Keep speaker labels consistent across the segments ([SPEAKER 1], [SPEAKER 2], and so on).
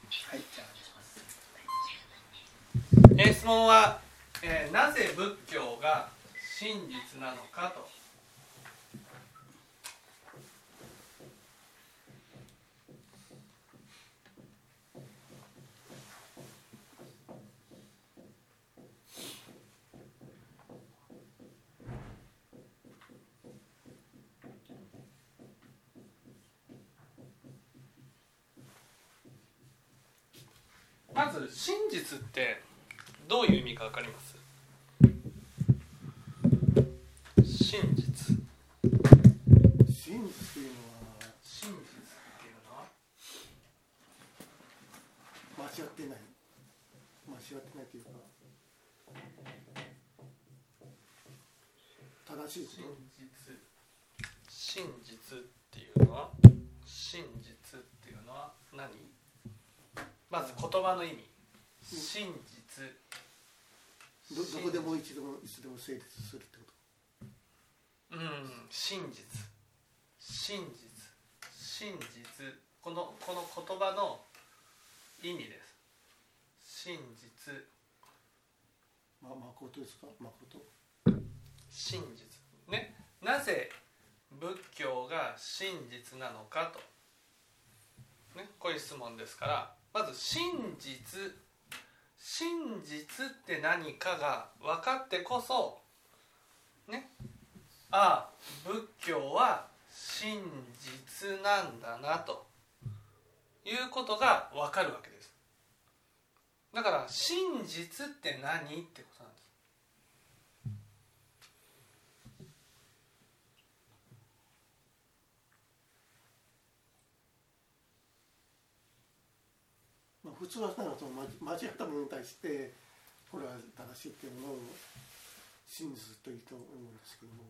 [SPEAKER 1] はい、じゃあお願いします。質問は、なぜ仏教が真実なのかと。まず真実ってどういう意味か分かります？真実。真実っていうのは
[SPEAKER 2] 間違ってないというか正しいこと。
[SPEAKER 1] 真実っていうのは何？まず言葉の意味。真実。
[SPEAKER 2] どこでもいつでも成立するってこと。
[SPEAKER 1] 真実。この言葉の意味です。真実。
[SPEAKER 2] 誠ですか？誠。
[SPEAKER 1] 真実ね。なぜ仏教が真実なのかと、ね、こういう質問ですから、まず真実って何かが分かってこそね、仏教は真実なんだなということが分かるわけです。だから真実って何ってことなんです。
[SPEAKER 2] 普通はその間違ったものに対してこれは正しいっていうのを真実というと思うんですけども、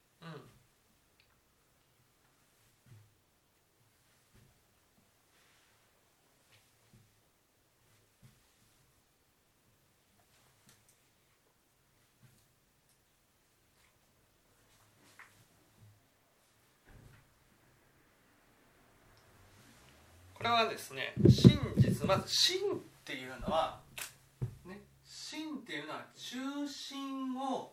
[SPEAKER 1] これはですね、真実、まず真っていうのは、ね、真っていうのは中心を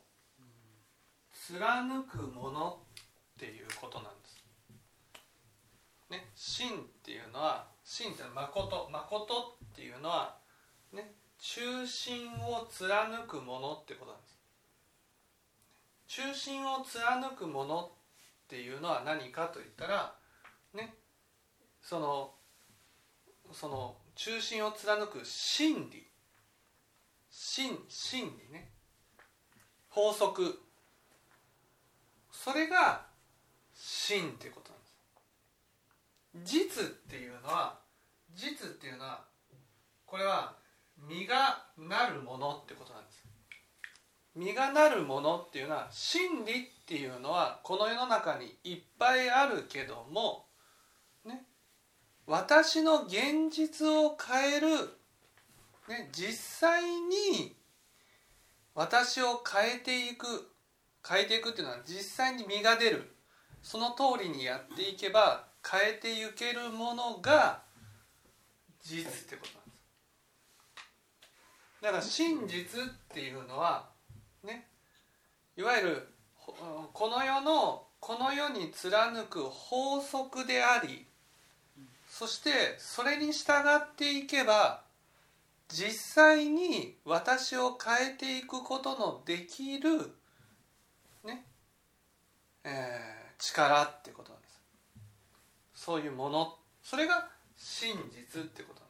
[SPEAKER 1] 貫くものっていうことなんです。ね、真っていうのは、真っていうのは誠っていうのは、ね、中心を貫くものってことなんです。中心を貫くものっていうのは何かといったら、ね、その中心を貫く真理ね、法則、それが真っていうことなんです。実っていうのはこれは実がなるものってことなんです。実がなるものっていうのは、真理っていうのはこの世の中にいっぱいあるけどもね、私の現実を変える、ね、実際に私を変えていくっていうのは実際に実が出る、その通りにやっていけば変えていけるものが実ってことなんです。だから真実っていうのはね、いわゆるこの世に貫く法則であり、そしてそれに従っていけば実際に私を変えていくことのできる、ね力ってことなんです。そういうもの、それが真実ってことなんです。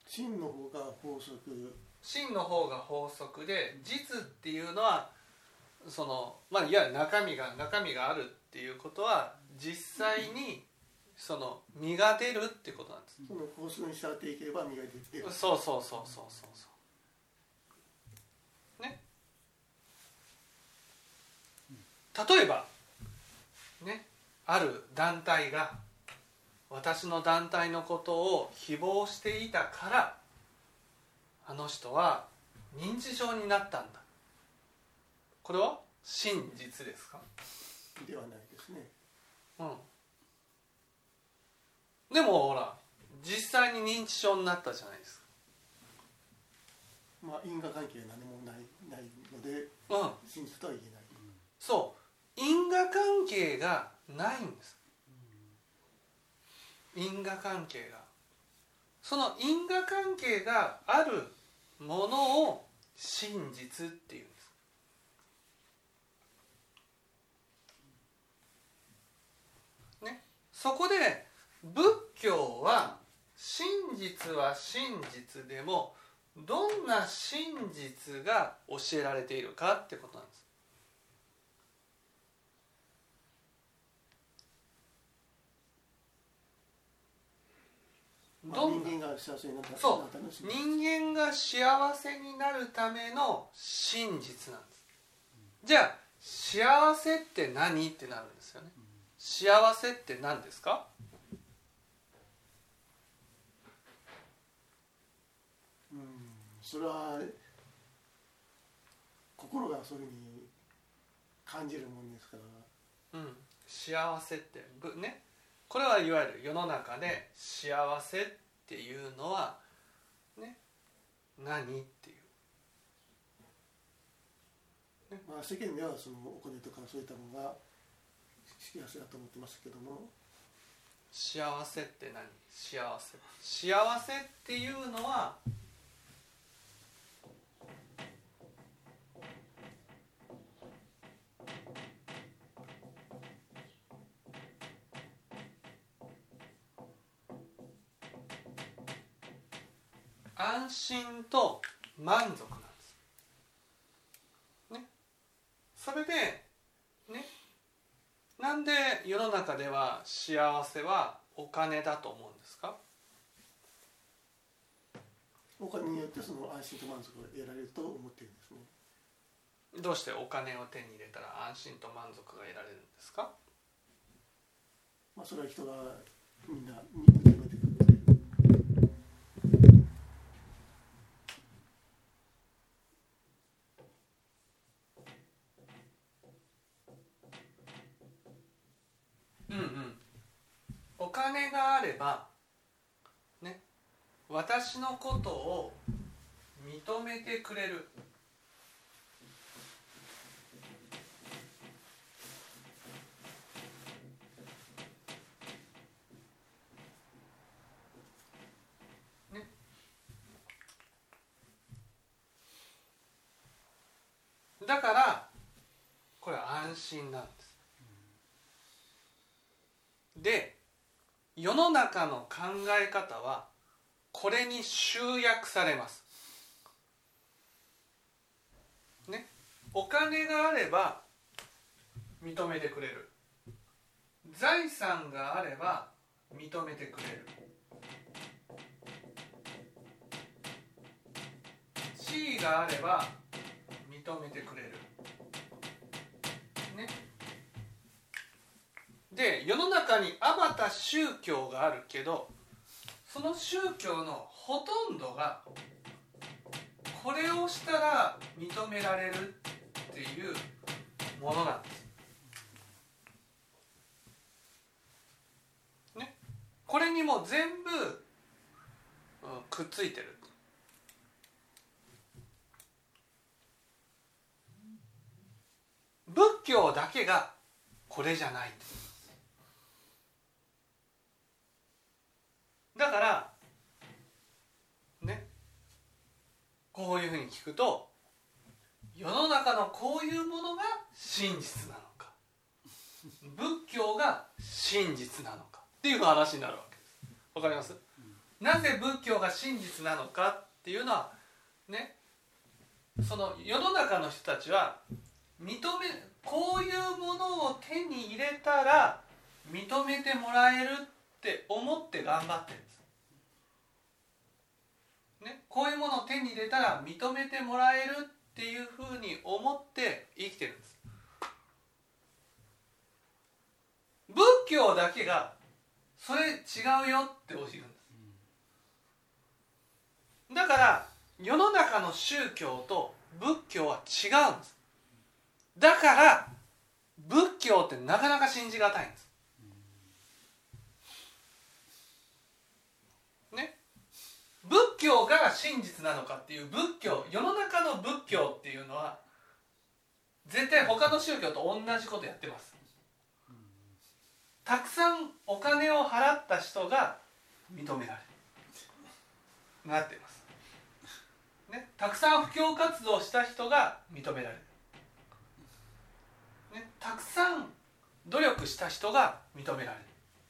[SPEAKER 2] 真の方が法則。
[SPEAKER 1] 真の方が法則で、実っていうのはいわゆる中身があるっていうことは実際に実が出るってことなんです。
[SPEAKER 2] その法則に従っていけば実が出る。
[SPEAKER 1] そうね。例えばね、ある団体が私の団体のことを誹謗していたから、あの人は認知症になったんだ。これは真実ですか？
[SPEAKER 2] ではないですね。
[SPEAKER 1] でもほら実際に認知症になったじゃないですか。
[SPEAKER 2] まあ因果関係何もないので、真実とは言えない。
[SPEAKER 1] そう因果関係がないんです。因果関係が、その因果関係があるものを真実っていうんです。ね、そこで仏教は真実は真実でもどんな真実が教えられているかってことなんです。
[SPEAKER 2] 人間が幸せになった
[SPEAKER 1] そう人間が幸せになるための真実なんです。じゃあ幸せって何ってなるんですよね。幸せって何ですか？
[SPEAKER 2] それは心がそれに感じるものですから、
[SPEAKER 1] 幸せってね、これはいわゆる世の中で幸せっていうのはね、何っていう、
[SPEAKER 2] ね、まあ世間ではそのお金とかそういったものが幸せだと思ってますけども、
[SPEAKER 1] 幸せって何？幸せっていうのは安心と満足なんです。ね、それでね、なんで世の中では幸せはお金だと思うんですか？
[SPEAKER 2] お金によってその安心と満足が得られると思っているんですね。
[SPEAKER 1] どうしてお金を手に入れたら安心と満足が得られるんですか？
[SPEAKER 2] まあそれは人がみんな認めてくる。
[SPEAKER 1] お金があればね、私のことを認めてくれる。ね、だからこれは安心なんです。で、世の中の考え方はこれに集約されます。ね、お金があれば認めてくれる。財産があれば認めてくれる。地位があれば認めてくれる。ね。で、世の中にあまた宗教があるけど、その宗教のほとんどがこれをしたら認められるっていうものなんです。ね、これにも全部、くっついてる。仏教だけがこれじゃない。だからね、こういうふうに聞くと世の中のこういうものが真実なのか、仏教が真実なのかっていう話になるわけです。わかります？なぜ仏教が真実なのかっていうのはね、その世の中の人たちはこういうものを手に入れたら認めてもらえるって思って頑張ってるんです。ね、こういうものを手に入れたら認めてもらえるっていうふうに思って生きてるんです。仏教だけがそれ違うよって教えるんです。だから世の中の宗教と仏教は違うんです。だから仏教ってなかなか信じがたいんです。 真実なのかっていう仏教、世の中の仏教っていうのは絶対他の宗教と同じことやってます。たくさんお金を払った人が認められるなっています、ね、たくさん布教活動した人が認められる、ね、たくさん努力した人が認められる。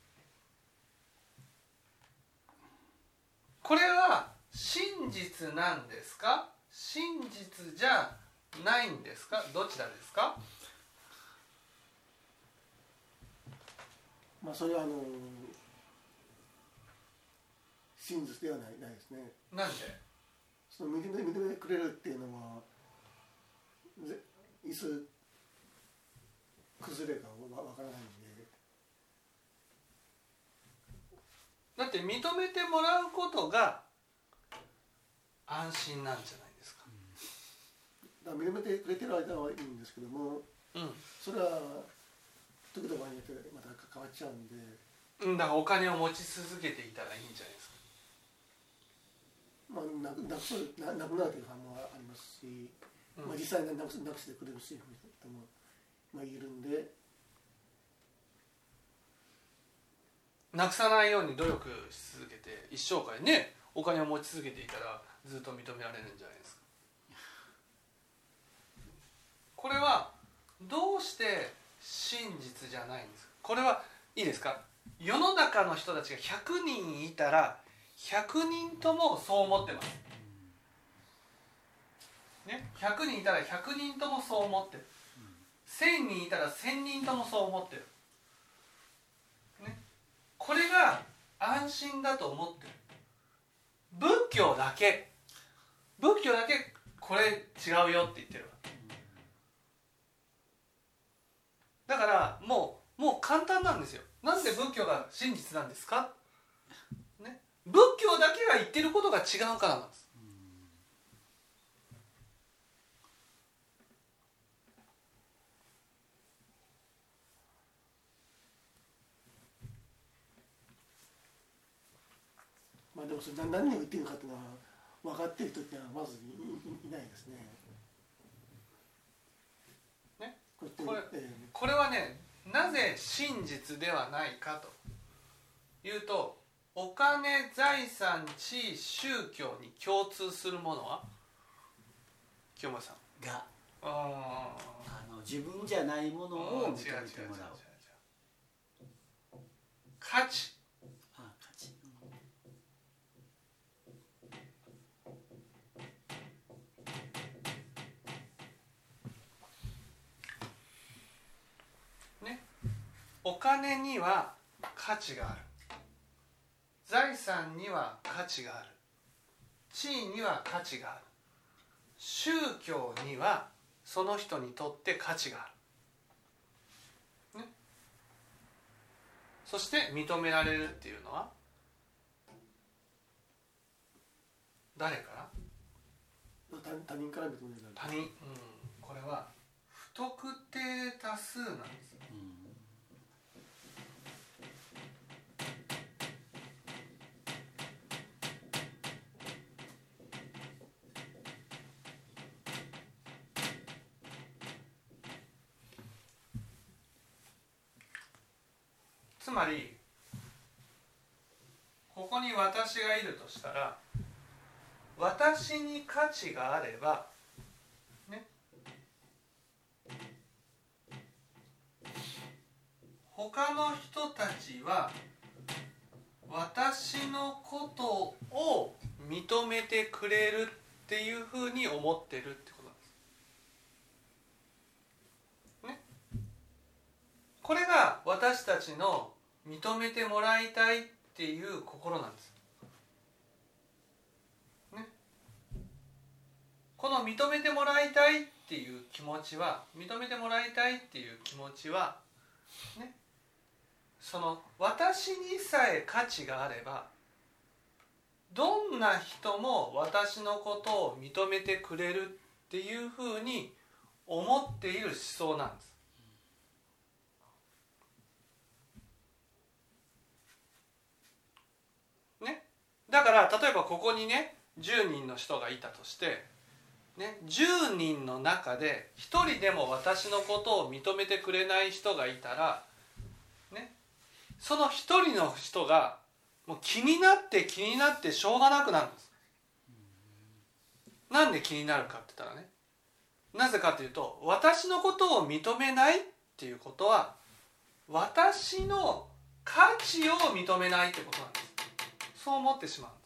[SPEAKER 1] これは真実なんですか、真実じゃないんですか、どちらですか？
[SPEAKER 2] それは真実ではないですね。
[SPEAKER 1] なんで？
[SPEAKER 2] その認めてくれるっていうのはいつ崩れるかわからないんで。
[SPEAKER 1] だって認めてもらうことが安心なんじゃないですか。
[SPEAKER 2] だから認めてくれてる間はいいんですけども、それは時々場合によってまた変わっちゃうんで、
[SPEAKER 1] だからお金を持ち続けていたらいいんじゃないですか。
[SPEAKER 2] なくなるという反応はありますし、実際になくしてくれる人もいるんで、
[SPEAKER 1] なくさないように努力し続けて一生涯ね、お金を持ち続けていたらずっと認められるんじゃないですか。これはどうして真実じゃないんですか。これはいいですか、世の中の人たちが100人いたら100人ともそう思ってます、ね、100人いたら100人ともそう思ってる、1000人いたら1000人ともそう思ってる、ね、これが安心だと思ってる。仏教だけこれ違うよって言ってるわ。だからもう簡単なんですよ。なんで仏教が真実なんですか、ね、仏教だけが言ってることが違うからなんです。
[SPEAKER 2] でもそれ何を言っているのかっていうのは分かっている人ってのはまず いないですね。
[SPEAKER 1] これはね、なぜ真実ではないかというと、お金、財産、地位、宗教に共通するものは清盛さん
[SPEAKER 3] が自分じゃないものを認めてもらう。
[SPEAKER 1] 価値。お金には価値がある、財産には価値がある、地位には価値がある、宗教にはその人にとって価値がある、ね、そして認められるっていうのは誰から？
[SPEAKER 2] 他人から認められる。
[SPEAKER 1] 他人、これは不特定多数なんです。つまりここに私がいるとしたら、私に価値があればね、他の人たちは私のことを認めてくれるっていうふうに思ってるってことなんですね。これが私たちの認めてもらいたいっていう心なんです、ね、この認めてもらいたいっていう気持ちは、認めてもらいたいっていう気持ちは、ね、その私にさえ価値があれば、どんな人も私のことを認めてくれるっていうふうに思っている思想なんです。だから例えばここにね 10人の人がいたとして、ね、10人の中で1人でも私のことを認めてくれない人がいたら、ね、その1人の人がもう気になって気になってしょうがなくなるんです。なんで気になるかって言ったらね、なぜかというと、私のことを認めないっていうことは私の価値を認めないってことなんです。そう思ってしまうんです。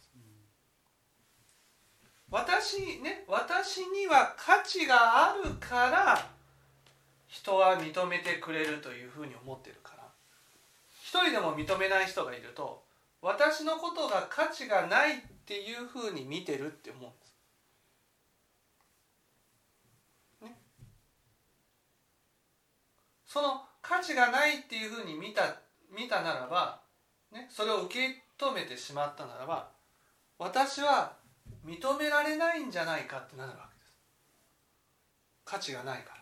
[SPEAKER 1] 私には価値があるから人は認めてくれるというふうに思ってるから、一人でも認めない人がいると、私のことが価値がないっていうふうに見てるって思うんです。ね、その価値がないっていうふうに見たならば、ね、それを受け止めてしまったならば、私は認められないんじゃないかってなるわけです。価値がないから。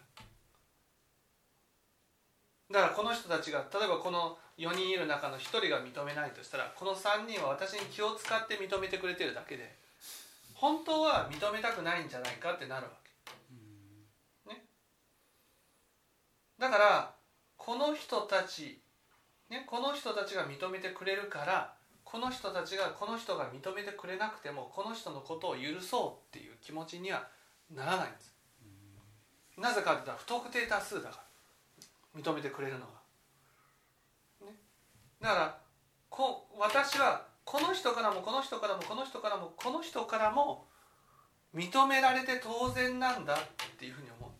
[SPEAKER 1] だからこの人たちが、例えばこの4人いる中の1人が認めないとしたら、この3人は私に気を使って認めてくれてるだけで、本当は認めたくないんじゃないかってなるわけ、ね、だからこの人たちが認めてくれるから、この人が認めてくれなくてもこの人のことを許そうっていう気持ちにはならないんです。なぜかというと、不特定多数だから認めてくれるのが、ね、だから私はこの人からもこの人からもこの人からもこの人からも認められて当然なんだっていうふうに思うんです。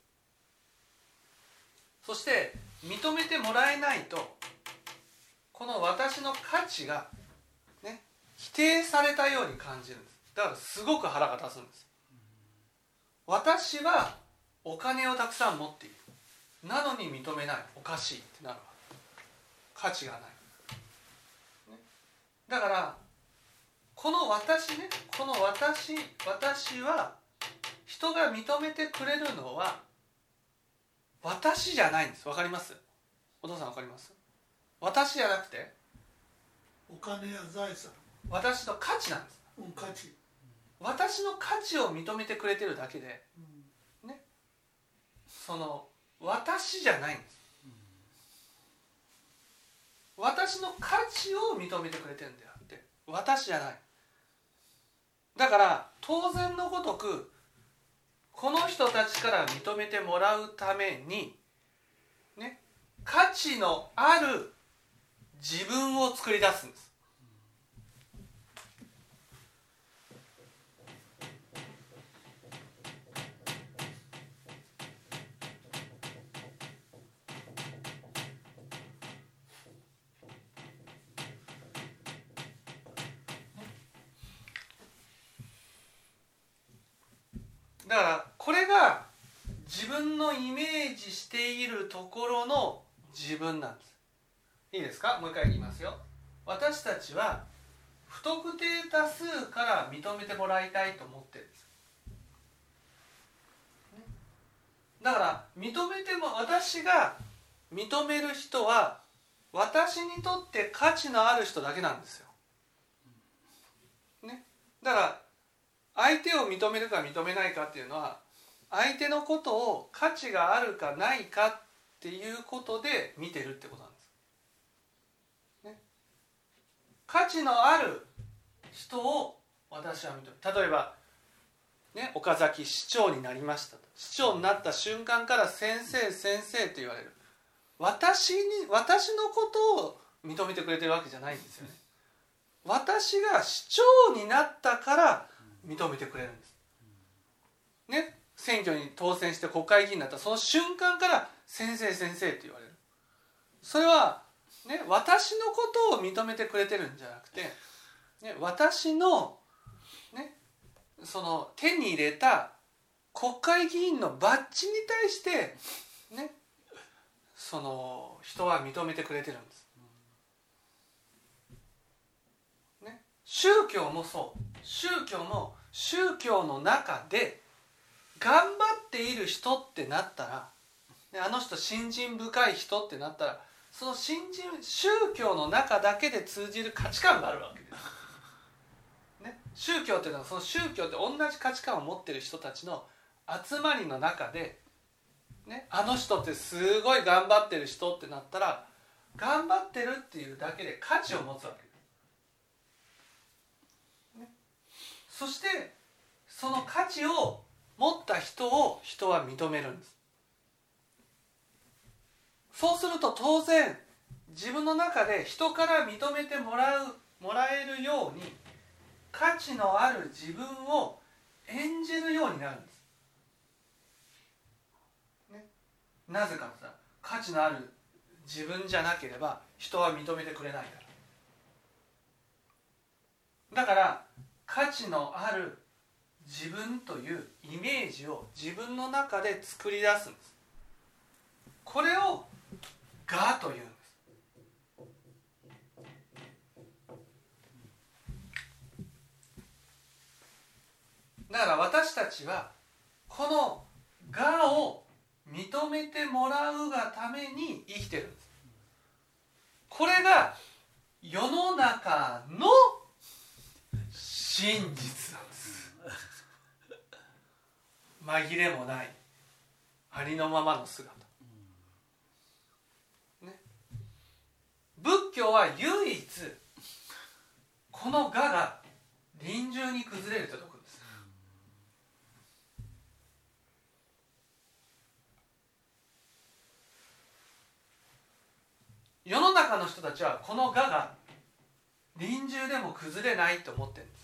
[SPEAKER 1] そして認めてもらえないと、この私の価値が、ね、否定されたように感じるんです。だからすごく腹が立つんです。私はお金をたくさん持っている、なのに認めない、おかしいってなるわ。価値がない、ね、だからこの私は人が認めてくれるのは私じゃないんです。わかります？お父さんわかります？私じゃなくて
[SPEAKER 2] お金や財産、
[SPEAKER 1] 私の価値なんです。
[SPEAKER 2] 価値、
[SPEAKER 1] 私の価値を認めてくれてるだけで、ね、その私じゃないんです。私の価値を認めてくれてるんであって私じゃない。だから当然のごとくこの人たちから認めてもらうために、ね、価値のある自分を作り出すんです。だからこれが自分のイメージしているところの自分なんです。いいですか？もう一回言いますよ。私たちは不特定多数から認めてもらいたいと思ってるんです。だから私が認める人は私にとって価値のある人だけなんですよ、ね、だから相手を認めるか認めないかっていうのは、相手のことを価値があるかないかっていうことで見てるってことなんです、ね、価値のある人を私は認める。例えば、ね、岡崎市長になりましたと。市長になった瞬間から先生先生と言われる。私のことを認めてくれてるわけじゃないんですよね。私が市長になったから認めてくれるんです、ね、選挙に当選して国会議員になったその瞬間から先生先生って言われる。それは、ね、私のことを認めてくれてるんじゃなくて、ね、私の、ね、その手に入れた国会議員のバッジに対して、ね、その人は認めてくれてるんです、ね、宗教もそう。宗教の中で頑張っている人ってなったら、ね、あの人信心深い人ってなったら、その宗教の中だけで通じる価値観があるわけです、ね、 宗教っていうのはその宗教って同じ価値観を持ってる人たちの集まりの中で、ね、あの人ってすごい頑張ってる人ってなったら頑張ってるっていうだけで価値を持つわけです、ね、そしてその価値を持った人を人は認めるんです。そうすると当然自分の中で人から認めてもらえるように価値のある自分を演じるようになるんです、ね、なぜかと言ったら価値のある自分じゃなければ人は認めてくれないから。だから価値のある自分というイメージを自分の中で作り出すんです。これを我というんです。だから私たちはこの我を認めてもらうがために生きてるんです。これが世の中の真実なんです。紛れもないありのままの姿、ね、仏教は唯一この我が臨終に崩れると説くんです。世の中の人たちはこの我が臨終でも崩れないと思ってるんです。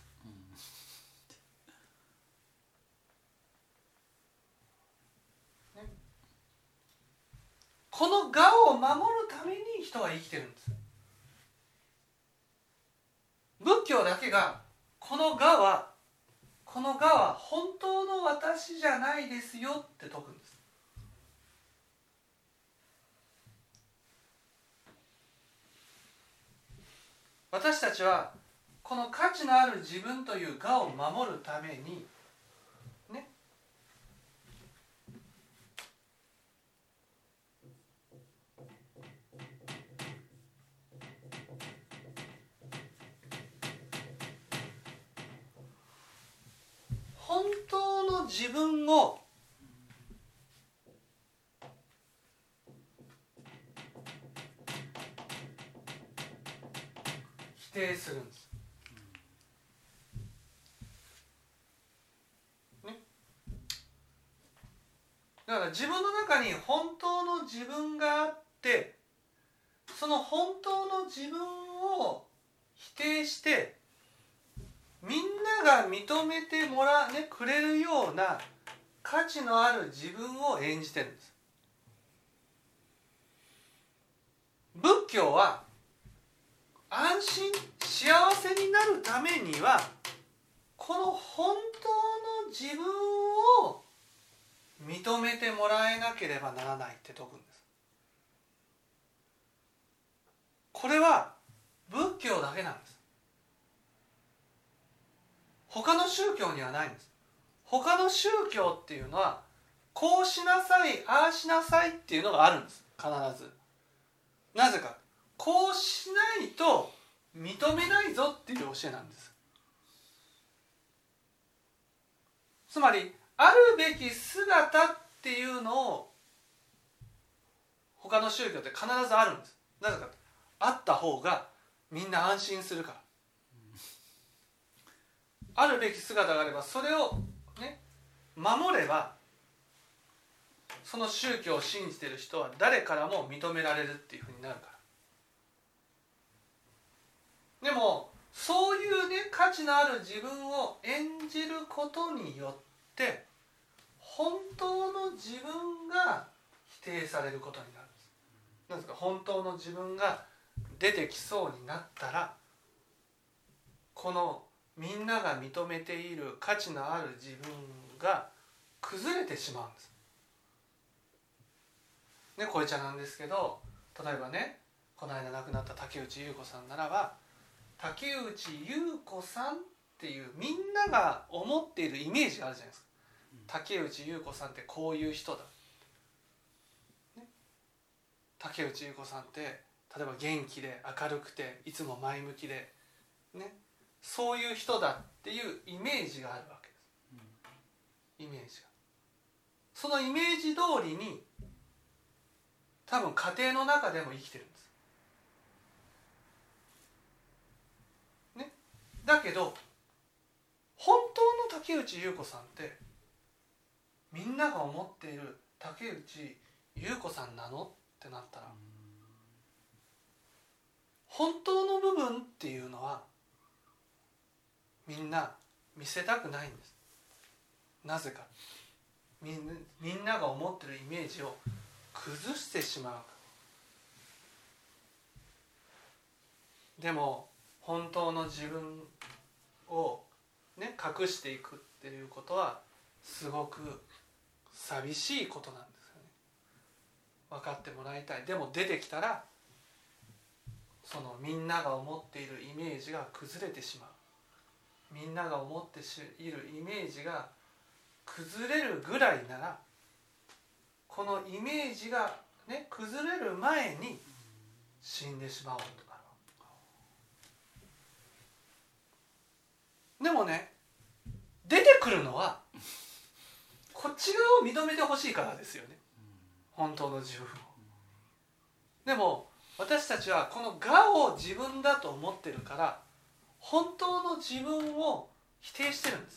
[SPEAKER 1] この我を守るために人は生きてるんです。仏教だけがこの我は本当の私じゃないですよって説くんです。私たちはこの価値のある自分という我を守るためにね、本当の自分を否定するんです、ね、だから自分の中に本当の自分があってその本当の自分を否定してみんなが認めてくれるような価値のある自分を演じてるんです。仏教は安心幸せになるためにはこの本当の自分を認めてもらえなければならないって説くんです。これは仏教だけなんです。他の宗教にはないんです。他の宗教っていうのはこうしなさいああしなさいっていうのがあるんです。必ず。なぜかこうしないと認めないぞっていう教えなんです。つまりあるべき姿っていうのを他の宗教って必ずあるんです。なぜかあった方がみんな安心するから。あるべき姿があればそれをね守ればその宗教を信じている人は誰からも認められるっていうふうになるから。でもそういうね価値のある自分を演じることによって本当の自分が否定されることになるんです。なぜか本当の自分が出てきそうになったらこのみんなが認めている価値のある自分が崩れてしまうんです。ね、こいちゃなんですけど例えばねこの間亡くなった竹内優子さんならば竹内優子さんっていうみんなが思っているイメージがあるじゃないですか。竹内優子さんってこういう人だ、ね、竹内優子さんって例えば元気で明るくていつも前向きでねそういう人だっていうイメージがあるわけです。イメージが。そのイメージ通りに多分家庭の中でも生きてるんです。ね。だけど本当の竹内優子さんってみんなが思っている竹内優子さんなのってなったら、本当の部分っていうのはみんな見せたくないんです。なぜかみんなが思ってるイメージを崩してしまうから。でも本当の自分をね隠していくっていうことはすごく寂しいことなんですよね。分かってもらいたい。でも出てきたらそのみんなが思っているイメージが崩れてしまう。みんなが思っているイメージが崩れるぐらいなら、このイメージがね崩れる前に死んでしまおうとなる。でもね、出てくるのはこっち側を認めてほしいからですよね、本当の自分を。でも私たちはこの我を自分だと思ってるから、本当の自分を否定してるんです。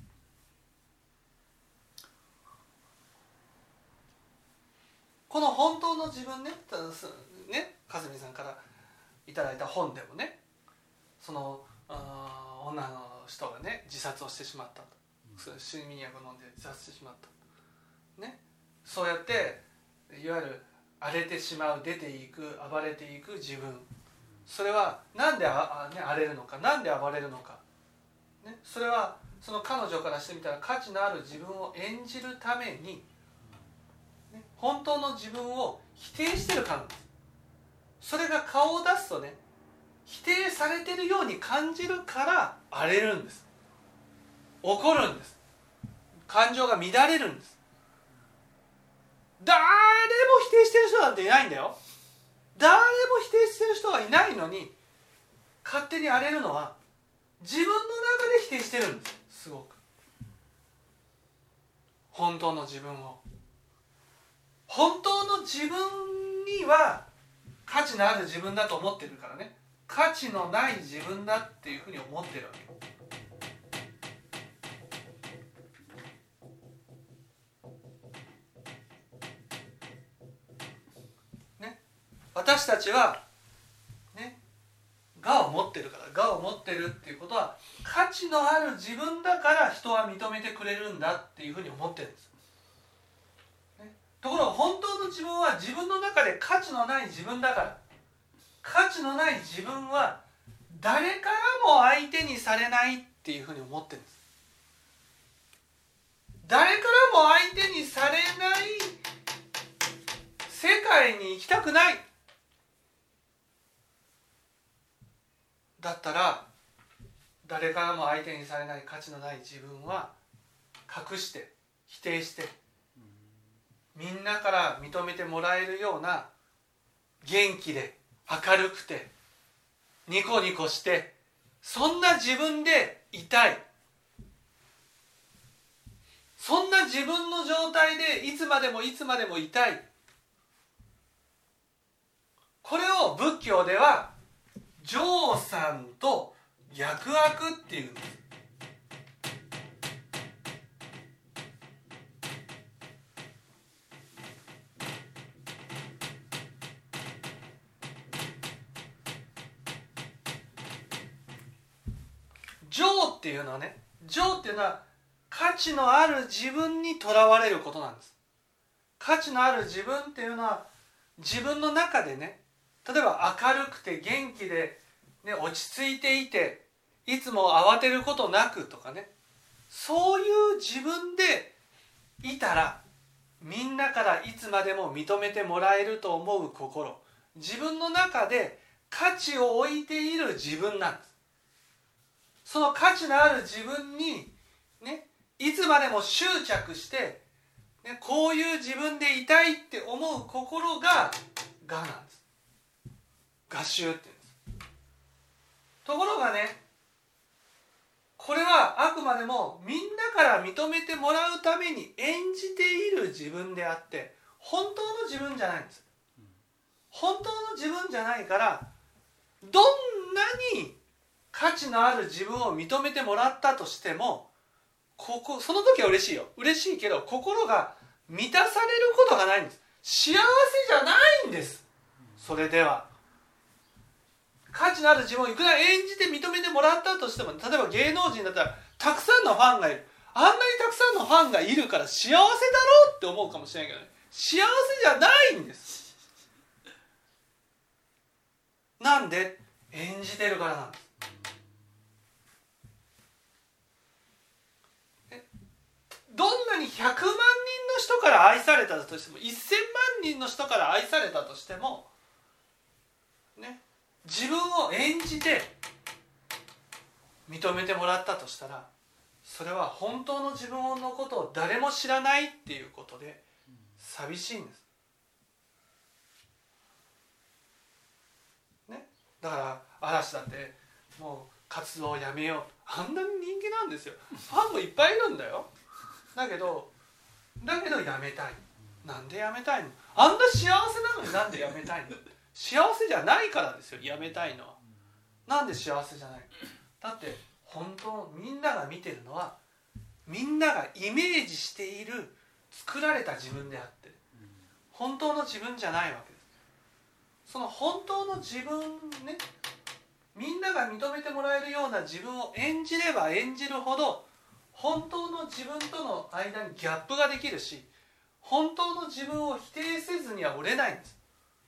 [SPEAKER 1] この本当の自分ね、かずみさんからいただいた本でもね、その女の人がね自殺をしてしまったと、睡眠薬を飲んで自殺してしまったね、そうやっていわゆる荒れてしまう、出ていく、暴れていく自分、それはなんで荒れるのか、なんで暴れるのか、ね、それはその彼女からしてみたら価値のある自分を演じるために、ね、本当の自分を否定してるからなんです。それが顔を出すとね、否定されてるように感じるから荒れるんです。怒るんです。感情が乱れるんです。誰も否定してる人なんていないんだよ。誰も否定してる人がいないのに勝手に荒れるのは自分の中で否定してるんです。すごく本当の自分を、本当の自分には価値のある自分だと思ってるからね、価値のない自分だっていうふうに思ってるわけ。私たちはね、我を持ってるから、我を持ってるっていうことは価値のある自分だから人は認めてくれるんだっていうふうに思ってるんです、ね、ところが本当の自分は自分の中で価値のない自分だから、価値のない自分は誰からも相手にされないっていうふうに思ってるんです。誰からも相手にされない世界に行きたくない。だったら誰からも相手にされない価値のない自分は隠して否定して、みんなから認めてもらえるような元気で明るくてニコニコして、そんな自分でいたい。そんな自分の状態でいつまでもいつまでもいたい。これを仏教では浄三と逆悪っていうんです。浄っていうのはね、浄っていうのは価値のある自分にとらわれることなんです。価値のある自分っていうのは自分の中でね、例えば明るくて元気で、ね、落ち着いていていつも慌てることなくとかね、そういう自分でいたらみんなからいつまでも認めてもらえると思う心、自分の中で価値を置いている自分なんです。その価値のある自分に、ね、いつまでも執着して、ね、こういう自分でいたいって思う心が我なんです。我執って言うんです。ところがね、 でもみんなから認めてもらうために演じている自分であって本当の自分じゃないんです。本当の自分じゃないからどんなに価値のある自分を認めてもらったとしてもその時は嬉しいよ。嬉しいけど心が満たされることがないんです。幸せじゃないんです。それでは価値のある自分をいくら演じて認めてもらったとしても、例えば芸能人だったらたくさんのファンがいる、あんなにたくさんのファンがいるから幸せだろうって思うかもしれないけどね、幸せじゃないんです。なんで？演じてるからなんです。どんなに100万人の人から愛されたとしても、1000万人の人から愛されたとしてもね、自分を演じて認めてもらったとしたら、それは本当の自分のことを誰も知らないっていうことで寂しいんです、ね、だから嵐だってもう活動をやめよう、あんなに人気なんですよ。ファンもいっぱいいるんだよ。だけどやめたい。なんでやめたいの？あんな幸せなのになんでやめたいの？幸せじゃないからですよ、やめたいのは。なんで幸せじゃない？だって本当みんなが見てるのはみんながイメージしている作られた自分であって本当の自分じゃないわけです。その本当の自分ね、みんなが認めてもらえるような自分を演じれば演じるほど本当の自分との間にギャップができるし、本当の自分を否定せずには折れないんです。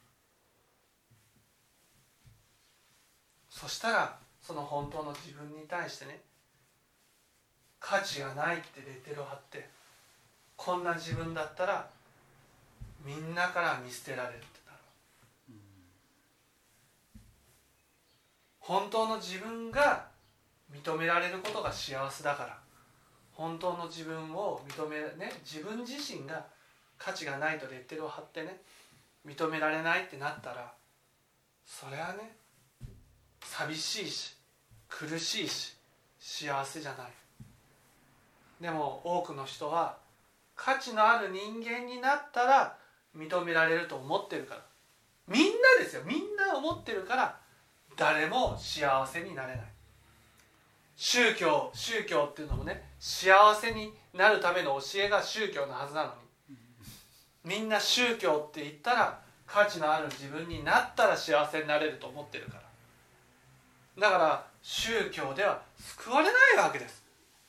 [SPEAKER 1] そしたらその本当の自分に対してね、価値がないってレッテルを貼って、こんな自分だったらみんなから見捨てられるってなる。本当の自分が認められることが幸せだから、本当の自分を認めね、自分自身が価値がないとレッテルを貼ってね、認められないってなったら、それはね、寂しいし苦しいし幸せじゃない。でも多くの人は価値のある人間になったら認められると思ってるから、みんなですよ、みんな思ってるから誰も幸せになれない。宗教っていうのもね、幸せになるための教えが宗教のはずなのに、みんな宗教って言ったら価値のある自分になったら幸せになれると思ってるから、だから宗教では救われないわけです。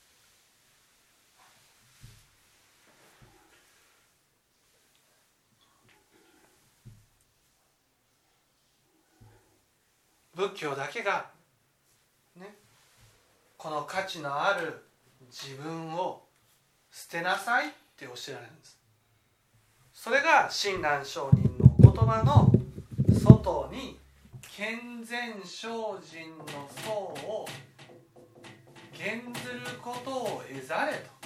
[SPEAKER 1] 仏教だけがね、この価値のある自分を捨てなさいって教えられるんです。それが親鸞上人の言葉の外に健全精進の相を減ずることを得ざれと。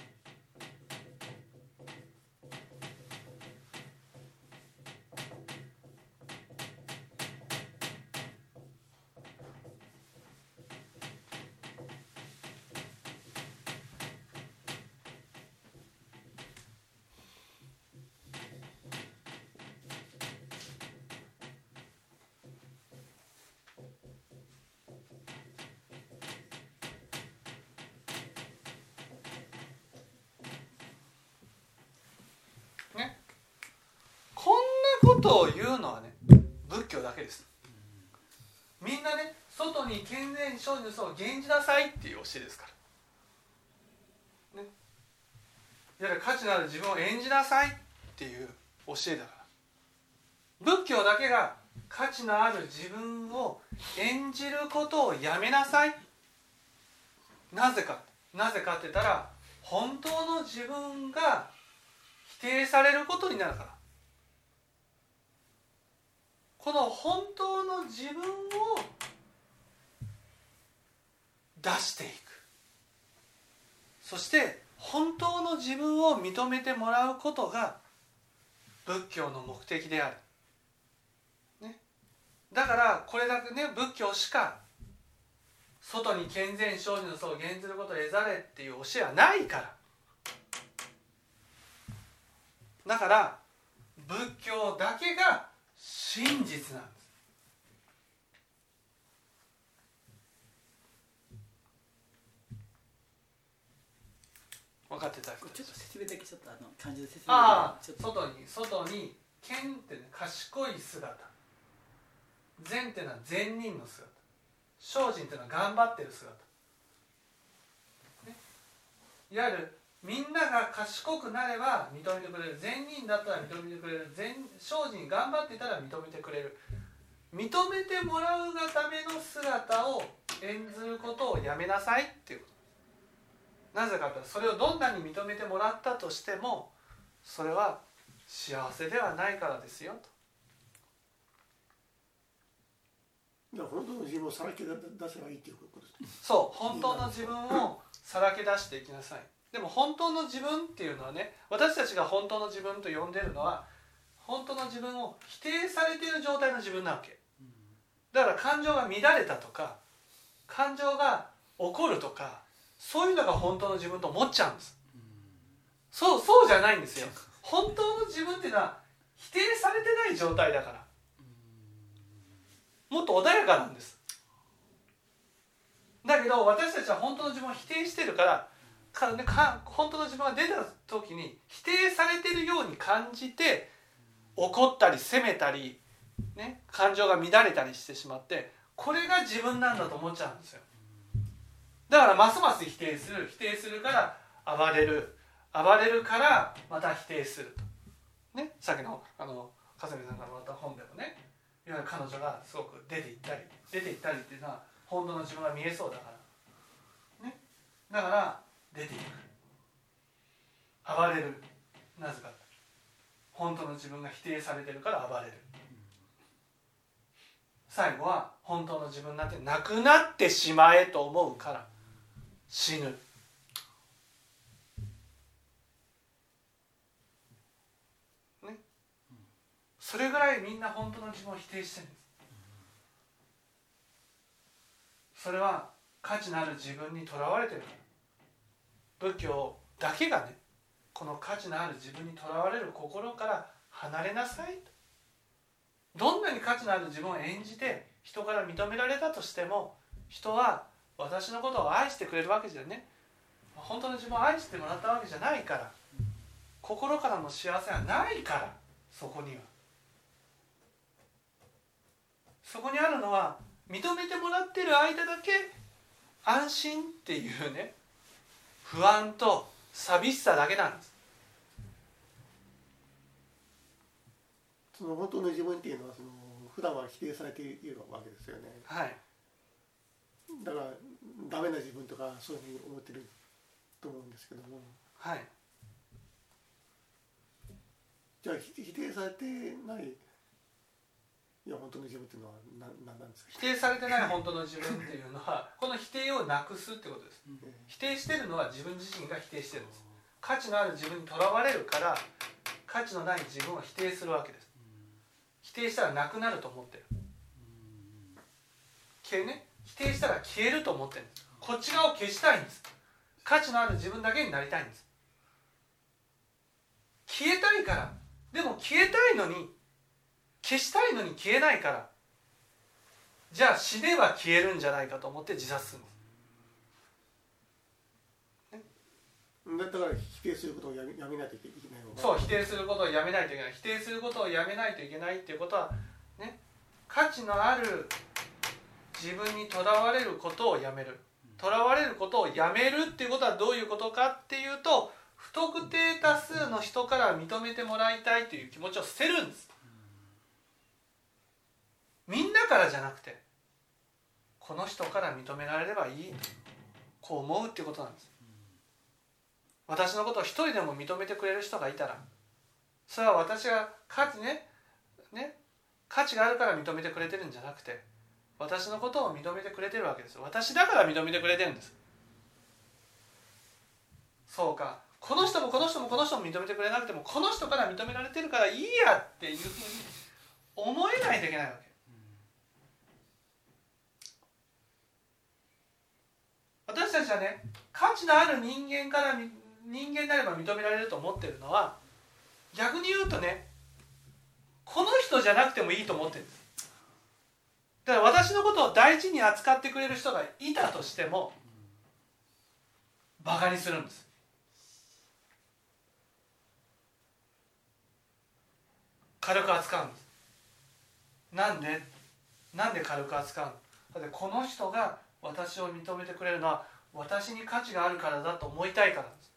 [SPEAKER 1] ことを言うのはね、仏教だけです。みんなね、外に健全精進の相を減じなさいっていう教えですから、ね、いわゆる価値のある自分を演じなさいっていう教えだから、仏教だけが価値のある自分を演じることをやめなさい。なぜかって言ったら、本当の自分が否定されることになるから。この本当の自分を出していく、そして本当の自分を認めてもらうことが仏教の目的である、ね、だからこれだけね、仏教しか外に健全生じの相を減ずることを得ざれっていう教えはないから。だから仏教だけが真実なんです。分かってた？
[SPEAKER 3] ちょっと説明だけちょっと漢字で説明
[SPEAKER 1] ああ、
[SPEAKER 3] ちょっと
[SPEAKER 1] 外に賢ってね、賢い姿、善っていうのは善人の姿、精進っていうのは頑張ってる姿、ね、いわゆるみんなが賢くなれば認めてくれる、善人だったら認めてくれる、精進頑張っていたら認めてくれる、認めてもらうがための姿を演ずることをやめなさいっていうこと。なぜかというと、それをどんなに認めてもらったとしてもそれは幸せではないからですよと。
[SPEAKER 2] だから本当の自分をさらけ出せばいいということですね。
[SPEAKER 1] そう、本当の自分をさらけ出していきなさい。でも本当の自分っていうのはね、私たちが本当の自分と呼んでるのは本当の自分を否定されている状態の自分なわけ。だから感情が乱れたとか感情が起こるとか、そういうのが本当の自分と思っちゃうんです。そうじゃないんですよ。本当の自分っていうのは否定されてない状態だから、もっと穏やかなんです。だけど私たちは本当の自分を否定してるから本当の自分が出た時に否定されてるように感じて怒ったり責めたり、ね、感情が乱れたりしてしまって、これが自分なんだと思っちゃうんですよ。だからますます否定するから暴れるからまた否定すると、ね、さっきの笠見さんからもらった本でもね、いわゆる彼女がすごく出て行ったりっていうのは本当の自分が見えそうだから、ね、だから出ていく、暴れる。なぜか、本当の自分が否定されてるから暴れる。最後は本当の自分なんてなくなってしまえと思うから死ぬ。ね、それぐらいみんな本当の自分を否定してるんです。それは価値のある自分にとらわれてるから。仏教だけがね、この価値のある自分にとらわれる心から離れなさいと。どんなに価値のある自分を演じて人から認められたとしても、人は私のことを愛してくれるわけじゃね、本当の自分を愛してもらったわけじゃないから、心からの幸せはないから、そこにあるのは認めてもらってる間だけ安心っていうね、不安と寂しさだけなんです。
[SPEAKER 2] その本当の自分っていうのは普段は否定されているわけですよね。
[SPEAKER 1] はい。
[SPEAKER 2] だからダメな自分とかそういうふうに思ってると思うんですけども、
[SPEAKER 1] はい。
[SPEAKER 2] じゃあ否定されてない本当の自分っていうのは何なんですか。
[SPEAKER 1] 否定されてない本当の自分っていうのはこの否定をなくすってことです。否定してるのは自分自身が否定してるんです。価値のある自分にとらわれるから価値のない自分を否定するわけです。否定したらなくなると思ってる。否定したら消えると思ってるんです。こっち側を消したいんです。価値のある自分だけになりたいんです。消えたいから。でも消えたいのに消したいのに消えないから、じゃあ死ねば消えるんじゃないかと思って自殺するんです、
[SPEAKER 2] ね、だから否定することをやめないといけない。
[SPEAKER 1] そう、否定することをやめないといけない。否定することをやめないといけないっていうことはね、価値のある自分にとらわれることをやめる。とらわれることをやめるっていうことはどういうことかっていうと、不特定多数の人から認めてもらいたいという気持ちを捨てるんです。みんなからじゃなくて、この人から認められればいいとこう思うっていうことなんです。私のことを一人でも認めてくれる人がいたら、それは私が価値があるから認めてくれてるんじゃなくて、私のことを認めてくれてるわけです。私だから認めてくれてるんです。そうか、この人もこの人もこの人も認めてくれなくても、この人から認められてるからいいやっていうふうに思えないといけないわけ。 たちはね、価値のある人間であれば認められると思ってるのは、逆に言うとね、この人じゃなくてもいいと思ってるんです。だから私のことを大事に扱ってくれる人がいたとしてもバカにするんです。軽く扱うんです。なんで軽く扱うの？だってこの人が私を認めてくれるのは私に価値があるからだと思いたいからです。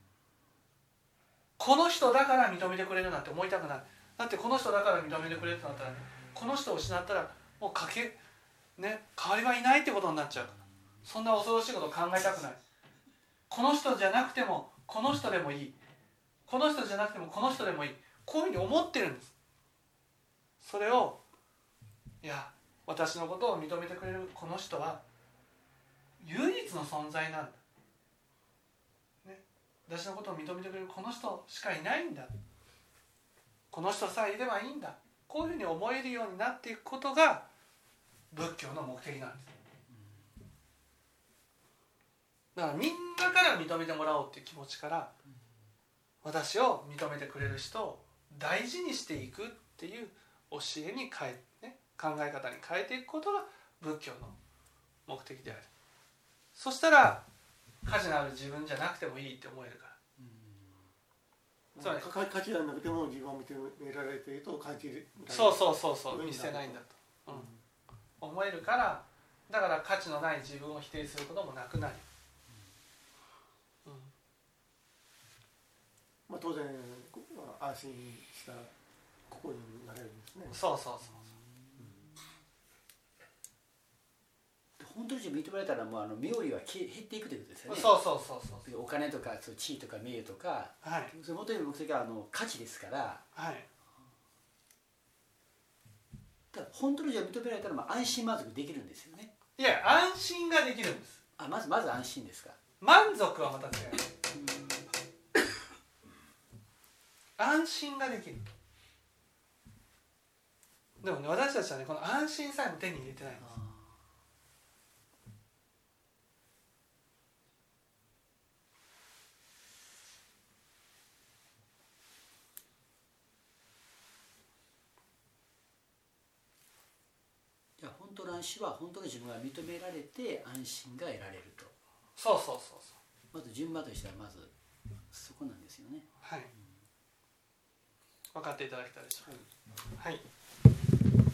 [SPEAKER 1] この人だから認めてくれるなんて思いたくない。だってこの人だから認めてくれるとなったらね、この人を失ったらもう代わりはいないってことになっちゃうから、そんな恐ろしいことを考えたくない。この人じゃなくてもこの人でもいい、この人じゃなくてもこの人でもいい、こういうふうに思ってるんです。それを、いや私のことを認めてくれるこの人は唯一の存在なんだ、ね、私のことを認めてくれるこの人しかいないんだ、この人さえいればいいんだ、こういうふうに思えるようになっていくことが仏教の目的なんです。だからみんなから認めてもらおうっていう気持ちから、私を認めてくれる人を大事にしていくっていう教えに考え方に変えていくことが仏教の目的である。そしたら価値のある自分じゃなくてもいいって思えるから。つまり
[SPEAKER 2] 価値がなくても自分を認められていると感じる。
[SPEAKER 1] そう見捨てないんだと、思えるから、だから価値のない自分を否定することもなくなる。
[SPEAKER 2] 当然安心した心になれるんですね。
[SPEAKER 1] そう
[SPEAKER 3] 本当に認められたらもう名利は減っていくということですよね。
[SPEAKER 1] そう
[SPEAKER 3] お金とか地位とか名誉とか、それ元々の目的は価値ですから、ただ本当に認められたら安心満足できるんですよね。
[SPEAKER 1] いや、安心ができるんです。
[SPEAKER 3] まず安心ですか。
[SPEAKER 1] 満足はまた違う。安心ができる。でもね、私たちはね、この安心さえも手に入れてないんです。
[SPEAKER 3] じゃあ本当の安心は本当の自分が認められて安心が得られると。
[SPEAKER 1] そう
[SPEAKER 3] まず順番としてはまずそこなんですよね。
[SPEAKER 1] 分かっていただけたでしょうか。はい